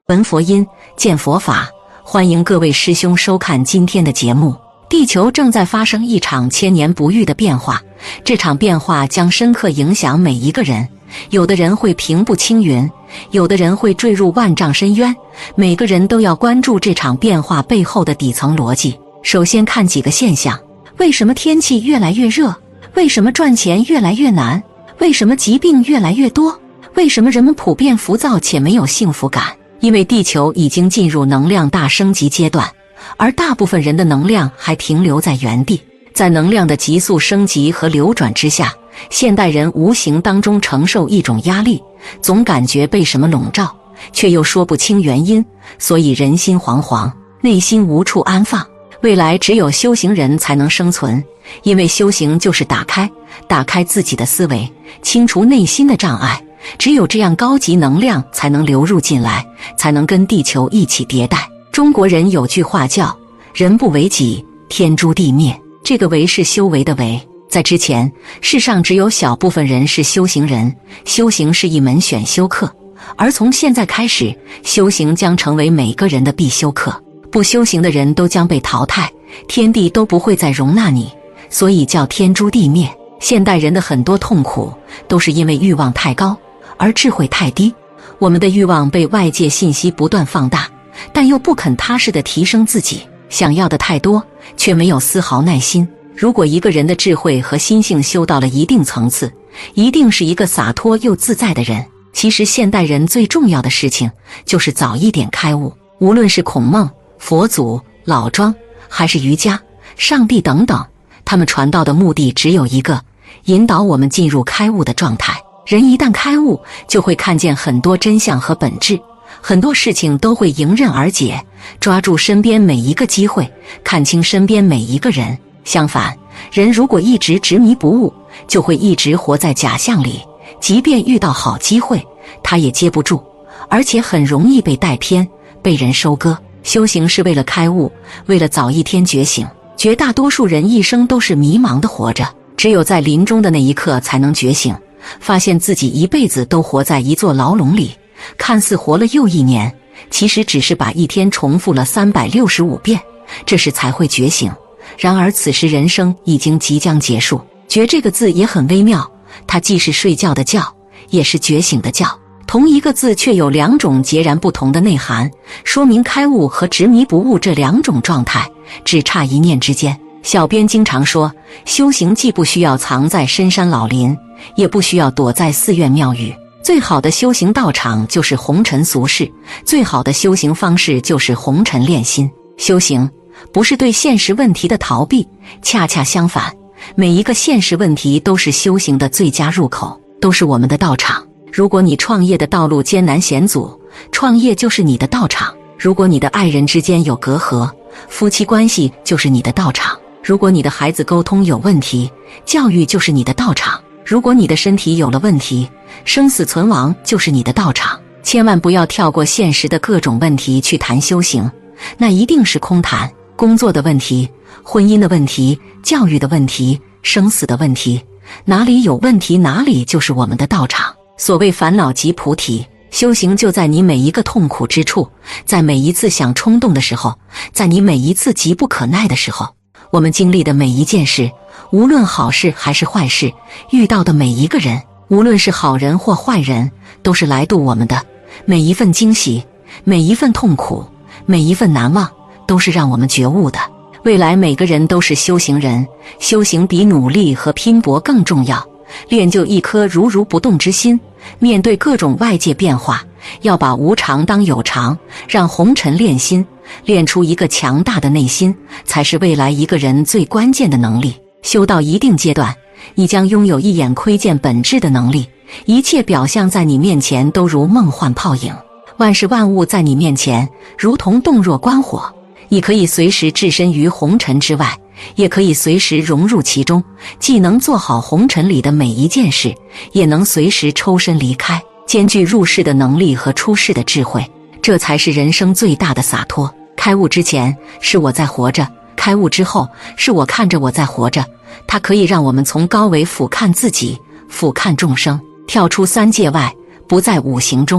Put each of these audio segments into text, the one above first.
闻佛音，见佛法，欢迎各位师兄收看今天的节目。地球正在发生一场千年不遇的变化，这场变化将深刻影响每一个人。有的人会平步青云，有的人会坠入万丈深渊，每个人都要关注这场变化背后的底层逻辑。首先看几个现象：为什么天气越来越热？为什么赚钱越来越难？为什么疾病越来越多？为什么人们普遍浮躁且没有幸福感？因为地球已经进入能量大升级阶段，而大部分人的能量还停留在原地。在能量的急速升级和流转之下，现代人无形当中承受一种压力，总感觉被什么笼罩，却又说不清原因，所以人心惶惶，内心无处安放。未来只有修行人才能生存，因为修行就是打开自己的思维，清除内心的障碍。只有这样，高级能量才能流入进来，才能跟地球一起迭代。中国人有句话叫“人不为己，天诛地灭”，这个为是修为的为。在之前，世上只有小部分人是修行人，修行是一门选修课，而从现在开始，修行将成为每个人的必修课。不修行的人都将被淘汰，天地都不会再容纳你，所以叫天诛地灭。现代人的很多痛苦都是因为欲望太高而智慧太低。我们的欲望被外界信息不断放大，但又不肯踏实地提升自己，想要的太多，却没有丝毫耐心。如果一个人的智慧和心性修到了一定层次，一定是一个洒脱又自在的人。其实现代人最重要的事情就是早一点开悟。无论是孔孟、佛祖、老庄，还是瑜伽、上帝等等，他们传道的目的只有一个，引导我们进入开悟的状态。人一旦开悟，就会看见很多真相和本质，很多事情都会迎刃而解，抓住身边每一个机会，看清身边每一个人。相反，人如果一直执迷不悟，就会一直活在假象里，即便遇到好机会，他也接不住，而且很容易被带偏，被人收割。修行是为了开悟，为了早一天觉醒。绝大多数人一生都是迷茫的活着，只有在临终的那一刻才能觉醒，发现自己一辈子都活在一座牢笼里，看似活了又一年，其实只是把一天重复了365遍，这时才会觉醒。然而此时人生已经即将结束。觉这个字也很微妙，它既是睡觉的觉，也是觉醒的觉。同一个字却有两种截然不同的内涵，说明开悟和执迷不悟这两种状态只差一念之间。小编经常说，修行既不需要藏在深山老林，也不需要躲在寺院庙宇。最好的修行道场就是红尘俗世，最好的修行方式就是红尘炼心。修行不是对现实问题的逃避，恰恰相反，每一个现实问题都是修行的最佳入口，都是我们的道场。如果你创业的道路艰难险阻，创业就是你的道场；如果你的爱人之间有隔阂，夫妻关系就是你的道场；如果你的孩子沟通有问题，教育就是你的道场；如果你的身体有了问题，生死存亡就是你的道场。千万不要跳过现实的各种问题去谈修行，那一定是空谈。工作的问题、婚姻的问题、教育的问题、生死的问题，哪里有问题哪里就是我们的道场。所谓烦恼即菩提，修行就在你每一个痛苦之处，在每一次想冲动的时候，在你每一次急不可耐的时候。我们经历的每一件事，无论好事还是坏事，遇到的每一个人，无论是好人或坏人，都是来度我们的。每一份惊喜，每一份痛苦，每一份难忘，都是让我们觉悟的。未来每个人都是修行人，修行比努力和拼搏更重要。练就一颗如如不动之心，面对各种外界变化，要把无常当有常，让红尘炼心，练出一个强大的内心，才是未来一个人最关键的能力。修到一定阶段，你将拥有一眼窥见本质的能力，一切表象在你面前都如梦幻泡影，万事万物在你面前如同洞若观火。你可以随时置身于红尘之外，也可以随时融入其中，既能做好红尘里的每一件事，也能随时抽身离开，兼具入世的能力和出世的智慧。这才是人生最大的洒脱。开悟之前是我在活着，开悟之后是我看着我在活着。它可以让我们从高维俯瞰自己，俯瞰众生，跳出三界外，不在五行中。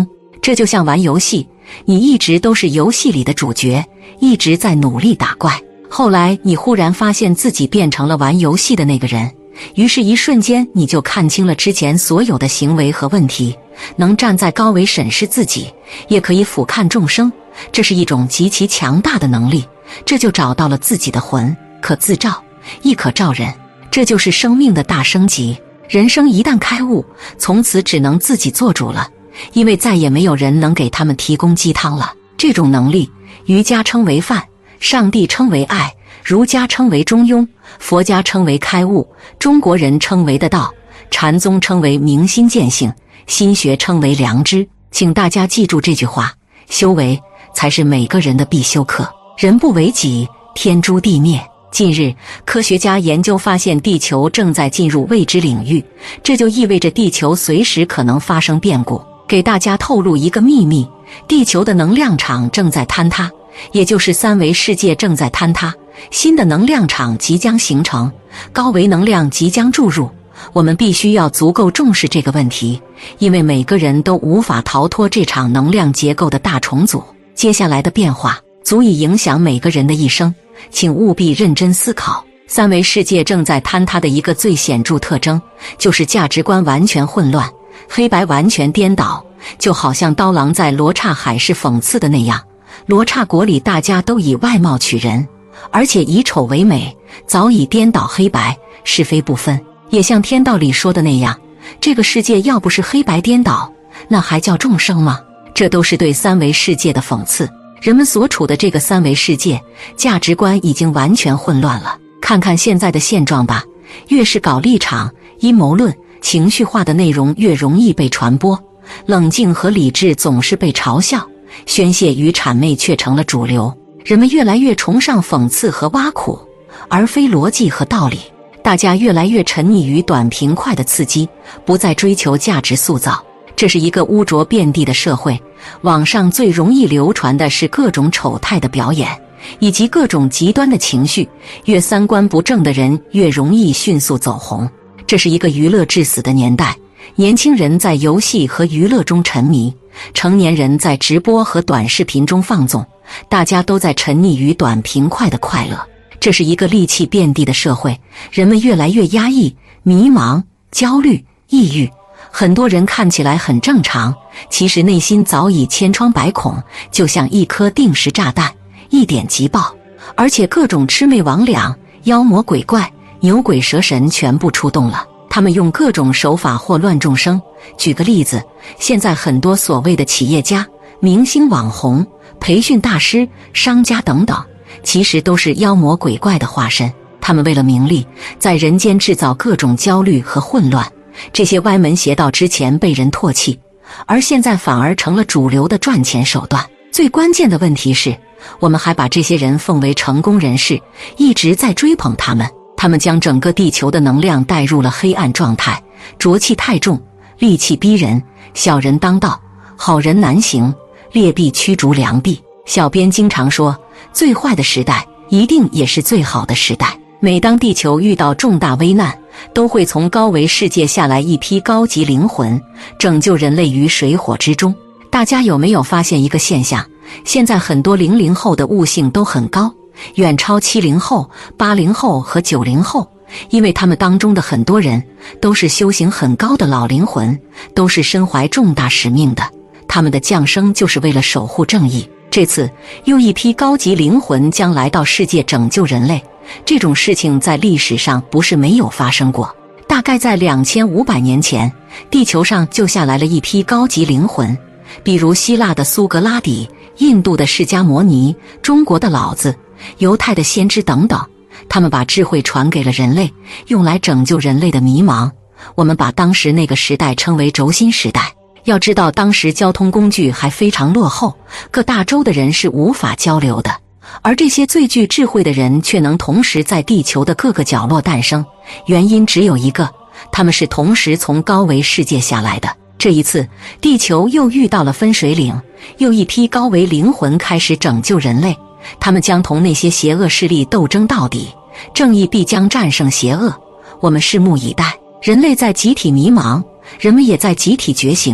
这就像玩游戏，你一直都是游戏里的主角，一直在努力打怪。后来你忽然发现自己变成了玩游戏的那个人，于是一瞬间你就看清了之前所有的行为和问题，能站在高维审视自己，也可以俯瞰众生，这是一种极其强大的能力。这就找到了自己的魂，可自照，亦可照人。这就是生命的大升级。人生一旦开悟，从此只能自己做主了，因为再也没有人能给他们提供鸡汤了。这种能力，瑜伽称为梵，上帝称为爱，儒家称为中庸，佛家称为开悟，中国人称为的道，禅宗称为明心见性，心学称为良知。请大家记住这句话，修为才是每个人的必修课。人不为己，天诛地灭。近日，科学家研究发现，地球正在进入未知领域，这就意味着地球随时可能发生变故。给大家透露一个秘密，地球的能量场正在坍塌，也就是三维世界正在坍塌，新的能量场即将形成，高维能量即将注入。我们必须要足够重视这个问题，因为每个人都无法逃脱这场能量结构的大重组。接下来的变化足以影响每个人的一生，请务必认真思考。三维世界正在坍塌的一个最显著特征，就是价值观完全混乱，黑白完全颠倒，就好像刀郎在罗刹海市讽刺的那样，罗刹国里大家都以外貌取人，而且以丑为美，早已颠倒黑白，是非不分。也像天道里说的那样，这个世界要不是黑白颠倒，那还叫众生吗？这都是对三维世界的讽刺。人们所处的这个三维世界，价值观已经完全混乱了。看看现在的现状吧，越是搞立场、阴谋论、情绪化的内容越容易被传播，冷静和理智总是被嘲笑，宣泄与谄媚却成了主流。人们越来越崇尚讽刺和挖苦，而非逻辑和道理。大家越来越沉溺于短平快的刺激，不再追求价值塑造。这是一个污浊遍地的社会，网上最容易流传的是各种丑态的表演，以及各种极端的情绪。越三观不正的人越容易迅速走红。这是一个娱乐至死的年代，年轻人在游戏和娱乐中沉迷，成年人在直播和短视频中放纵，大家都在沉溺于短平快的快乐。这是一个戾气遍地的社会，人们越来越压抑、迷茫、焦虑、抑郁。很多人看起来很正常，其实内心早已千疮百孔，就像一颗定时炸弹，一点即爆。而且各种魑魅魍魉、妖魔鬼怪、牛鬼蛇神全部出动了，他们用各种手法祸乱众生。举个例子，现在很多所谓的企业家、明星网红、培训大师、商家等等，其实都是妖魔鬼怪的化身。他们为了名利，在人间制造各种焦虑和混乱。这些歪门邪道之前被人唾弃，而现在反而成了主流的赚钱手段。最关键的问题是，我们还把这些人奉为成功人士，一直在追捧他们。他们将整个地球的能量带入了黑暗状态，浊气太重，戾气逼人，小人当道，好人难行，劣币驱逐良币。小编经常说，最坏的时代一定也是最好的时代。每当地球遇到重大危难，都会从高维世界下来一批高级灵魂，拯救人类于水火之中。大家有没有发现一个现象？现在很多00后的悟性都很高，远超70后、80后和90后，因为他们当中的很多人都是修行很高的老灵魂，都是身怀重大使命的。他们的降生就是为了守护正义。这次又一批高级灵魂将来到世界拯救人类，这种事情在历史上不是没有发生过。大概在2500年前，地球上就下来了一批高级灵魂，比如希腊的苏格拉底、印度的释迦牟尼、中国的老子、犹太的先知等等。他们把智慧传给了人类，用来拯救人类的迷茫。我们把当时那个时代称为轴心时代。要知道，当时交通工具还非常落后，各大洲的人是无法交流的，而这些最具智慧的人却能同时在地球的各个角落诞生。原因只有一个，他们是同时从高维世界下来的。这一次，地球又遇到了分水岭，又一批高维灵魂开始拯救人类，他们将同那些邪恶势力斗争到底，正义必将战胜邪恶。我们拭目以待。人类在集体迷茫，人们也在集体觉醒。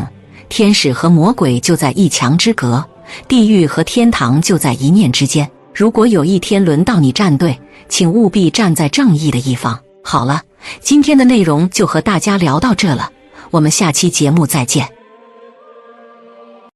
天使和魔鬼就在一墙之隔，地狱和天堂就在一念之间。如果有一天轮到你站队，请务必站在正义的一方。好了，今天的内容就和大家聊到这了，我们下期节目再见。